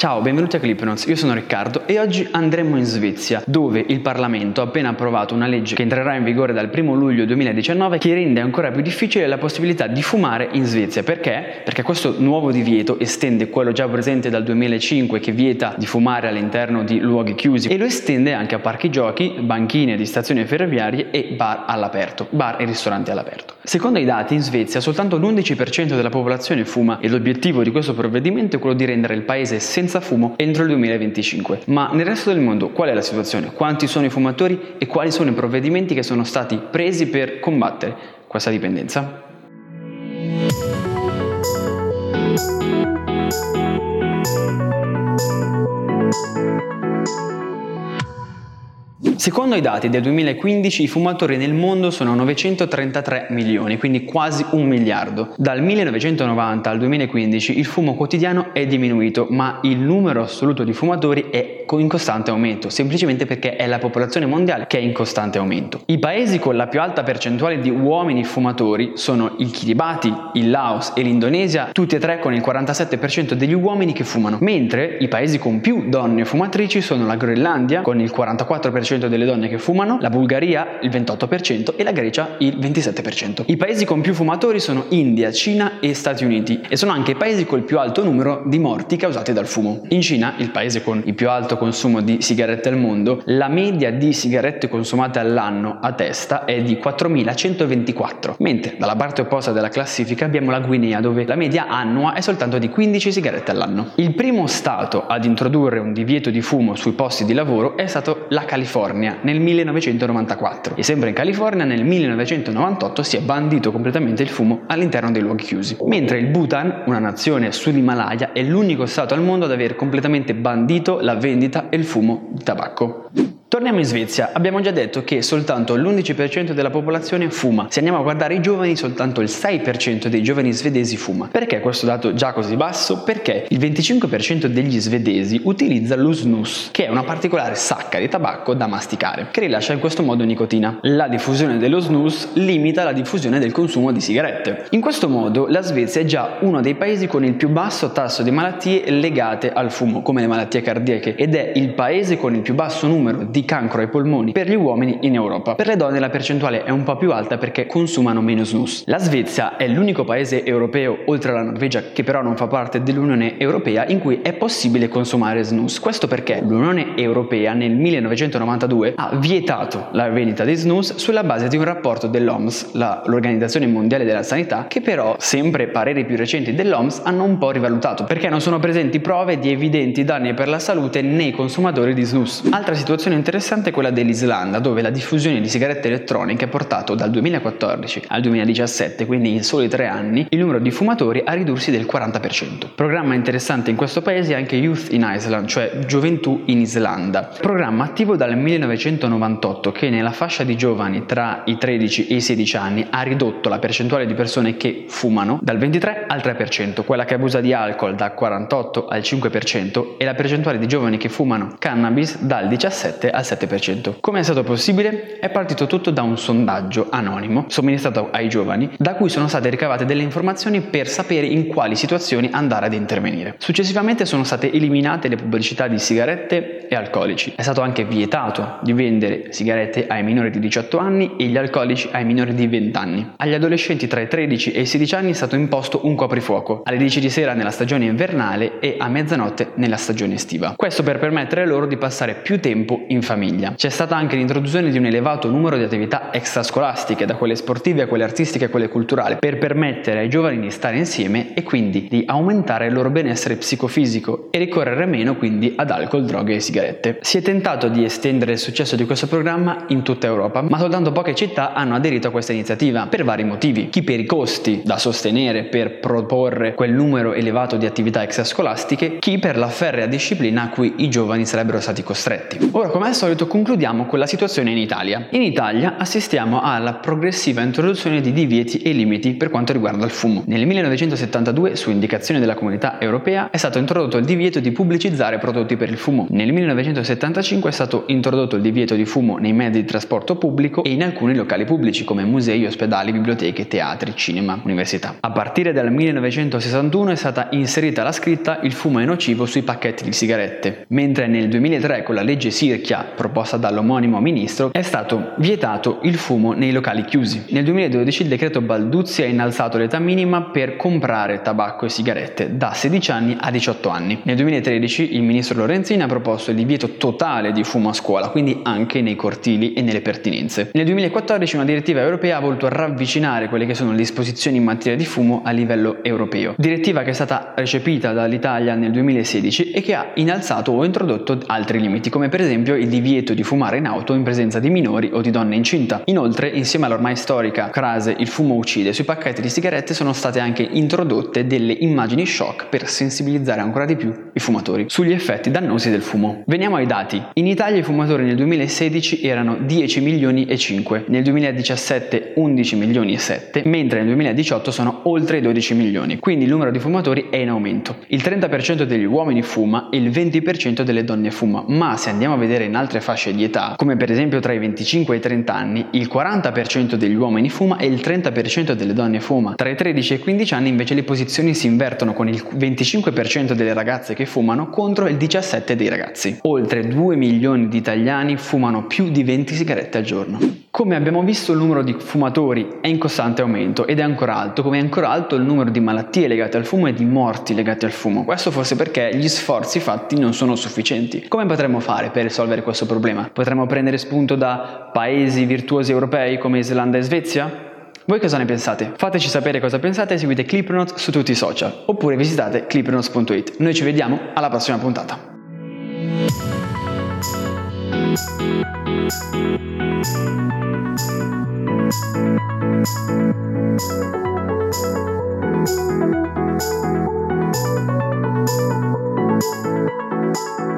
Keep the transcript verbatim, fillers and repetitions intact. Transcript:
Ciao, benvenuti a ClipNotes, io sono Riccardo e oggi andremo in Svezia, dove il Parlamento ha appena approvato una legge che entrerà in vigore dal primo luglio duemiladiciannove che rende ancora più difficile la possibilità di fumare in Svezia. Perché? Perché questo nuovo divieto estende quello già presente dal duemilacinque che vieta di fumare all'interno di luoghi chiusi e lo estende anche a parchi giochi, banchine di stazioni ferroviarie e bar all'aperto, bar e ristoranti all'aperto. Secondo i dati, in Svezia soltanto l'undici per cento della popolazione fuma e l'obiettivo di questo provvedimento è quello di rendere il paese senza fumo entro il duemilaventicinque. Ma nel resto del mondo qual è la situazione? Quanti sono i fumatori e quali sono i provvedimenti che sono stati presi per combattere questa dipendenza? Secondo i dati del duemilaquindici i fumatori nel mondo sono novecentotrentatré milioni, quindi quasi un miliardo. Dal millenovecentonovanta al duemilaquindici il fumo quotidiano è diminuito, ma il numero assoluto di fumatori è in costante aumento, semplicemente perché è la popolazione mondiale che è in costante aumento. I paesi con la più alta percentuale di uomini fumatori sono il Kiribati, il Laos e l'Indonesia, tutti e tre con il quarantasette per cento degli uomini che fumano, mentre i paesi con più donne fumatrici sono la Groenlandia con il quarantaquattro per cento delle donne che fumano, la Bulgaria il ventotto per cento e la Grecia il ventisette per cento. I paesi con più fumatori sono India, Cina e Stati Uniti e sono anche i paesi col più alto numero di morti causate dal fumo. In Cina, il paese con il più alto consumo di sigarette al mondo, la media di sigarette consumate all'anno a testa è di quattromilacentoventiquattro, mentre dalla parte opposta della classifica abbiamo la Guinea, dove la media annua è soltanto di quindici sigarette all'anno. Il primo stato ad introdurre un divieto di fumo sui posti di lavoro è stato la California nel millenovecentonovantaquattro e sempre in California nel millenovecentonovantotto si è bandito completamente il fumo all'interno dei luoghi chiusi, mentre il Bhutan, una nazione sull'Himalaya, è l'unico stato al mondo ad aver completamente bandito la vendita e il fumo di tabacco. Torniamo in Svezia. Abbiamo già detto che soltanto l'undici per cento della popolazione fuma. Se andiamo a guardare i giovani, soltanto il sei per cento dei giovani svedesi fuma. Perché questo dato già così basso? Perché il venticinque per cento degli svedesi utilizza lo snus, che è una particolare sacca di tabacco da masticare, che rilascia in questo modo nicotina. La diffusione dello snus limita la diffusione del consumo di sigarette. In questo modo la Svezia è già uno dei paesi con il più basso tasso di malattie legate al fumo, come le malattie cardiache, ed è il paese con il più basso numero di cancro ai polmoni per gli uomini in Europa. Per le donne la percentuale è un po' più alta perché consumano meno snus. La Svezia è l'unico paese europeo, oltre alla Norvegia, che però non fa parte dell'Unione Europea, in cui è possibile consumare snus. Questo perché l'Unione Europea nel millenovecentonovantadue ha vietato la vendita di snus sulla base di un rapporto dell'O M S, la, l'Organizzazione Mondiale della Sanità, che però, sempre pareri più recenti dell'O M S, hanno un po' rivalutato, perché non sono presenti prove di evidenti danni per la salute nei consumatori di snus. Altra situazione interessante è quella dell'Islanda, dove la diffusione di sigarette elettroniche ha portato dal duemilaquattordici al duemiladiciassette, quindi in soli tre anni, il numero di fumatori a ridursi del quaranta per cento. Programma interessante in questo paese è anche Youth in Iceland, cioè Gioventù in Islanda. Programma attivo dal millenovecentonovantotto che nella fascia di giovani tra i tredici e i sedici anni ha ridotto la percentuale di persone che fumano dal ventitré al tre per cento, quella che abusa di alcol dal quarantotto al cinque per cento e la percentuale di giovani che fumano cannabis dal diciassette al sette per cento. Come è stato possibile? È partito tutto da un sondaggio anonimo somministrato ai giovani, da cui sono state ricavate delle informazioni per sapere in quali situazioni andare ad intervenire. Successivamente sono state eliminate le pubblicità di sigarette e alcolici. È stato anche vietato di vendere sigarette ai minori di diciotto anni e gli alcolici ai minori di venti anni. Agli adolescenti tra i tredici e i sedici anni è stato imposto un coprifuoco alle dieci di sera nella stagione invernale e a mezzanotte nella stagione estiva. Questo per permettere loro di passare più tempo in famiglia. C'è stata anche l'introduzione di un elevato numero di attività extrascolastiche, da quelle sportive a quelle artistiche a quelle culturali, per permettere ai giovani di stare insieme e quindi di aumentare il loro benessere psicofisico e ricorrere meno quindi ad alcol, droghe e sigarette. Si è tentato di estendere il successo di questo programma in tutta Europa, ma soltanto poche città hanno aderito a questa iniziativa per vari motivi. Chi per i costi da sostenere per proporre quel numero elevato di attività extrascolastiche, chi per la ferrea disciplina a cui i giovani sarebbero stati costretti. Ora, come al solito concludiamo con la situazione in Italia. In Italia assistiamo alla progressiva introduzione di divieti e limiti per quanto riguarda il fumo. Nel millenovecentosettantadue, su indicazione della Comunità Europea, è stato introdotto il divieto di pubblicizzare prodotti per il fumo. Nel millenovecentosettantacinque è stato introdotto il divieto di fumo nei mezzi di trasporto pubblico e in alcuni locali pubblici come musei, ospedali, biblioteche, teatri, cinema, università. A partire dal millenovecentosessantuno è stata inserita la scritta "il fumo è nocivo" sui pacchetti di sigarette, mentre nel duemilatré con la legge Sirchia, proposta dall'omonimo ministro, è stato vietato il fumo nei locali chiusi. Nel duemiladodici il decreto Balduzzi ha innalzato l'età minima per comprare tabacco e sigarette da sedici anni a diciotto anni. Nel duemilatredici il ministro Lorenzin ha proposto il divieto totale di fumo a scuola, quindi anche nei cortili e nelle pertinenze. Nel duemilaquattordici una direttiva europea ha voluto ravvicinare quelle che sono le disposizioni in materia di fumo a livello europeo. Direttiva che è stata recepita dall'Italia nel duemilasedici e che ha innalzato o introdotto altri limiti, come per esempio il divieto di fumare in auto in presenza di minori o di donne incinta. Inoltre, insieme all'ormai storica frase "il fumo uccide", sui pacchetti di sigarette sono state anche introdotte delle immagini shock per sensibilizzare ancora di più i fumatori sugli effetti dannosi del fumo. Veniamo ai dati. In Italia i fumatori nel duemilasedici erano dieci milioni e cinque, nel duemiladiciassette undici milioni e sette, mentre nel duemiladiciotto sono oltre i dodici milioni, quindi il numero di fumatori è in aumento. Il trenta per cento degli uomini fuma e il venti per cento delle donne fuma, ma se andiamo a vedere in altre fasce di età, come per esempio tra i venticinque e i trenta anni, il quaranta per cento degli uomini fuma e il trenta per cento delle donne fuma. Tra i tredici e i quindici anni invece le posizioni si invertono, con il venticinque per cento delle ragazze che fumano contro il diciassette per cento dei ragazzi. Oltre due milioni di italiani fumano più di venti sigarette al giorno. Come abbiamo visto, il numero di fumatori è in costante aumento ed è ancora alto, come è ancora alto il numero di malattie legate al fumo e di morti legate al fumo. Questo forse perché gli sforzi fatti non sono sufficienti. Come potremmo fare per risolvere questo problema? Potremmo prendere spunto da paesi virtuosi europei come Islanda e Svezia? Voi cosa ne pensate? Fateci sapere cosa pensate e seguite Clipnotes su tutti i social, oppure visitate clipnotes punto it. Noi ci vediamo alla prossima puntata. We'll be right back.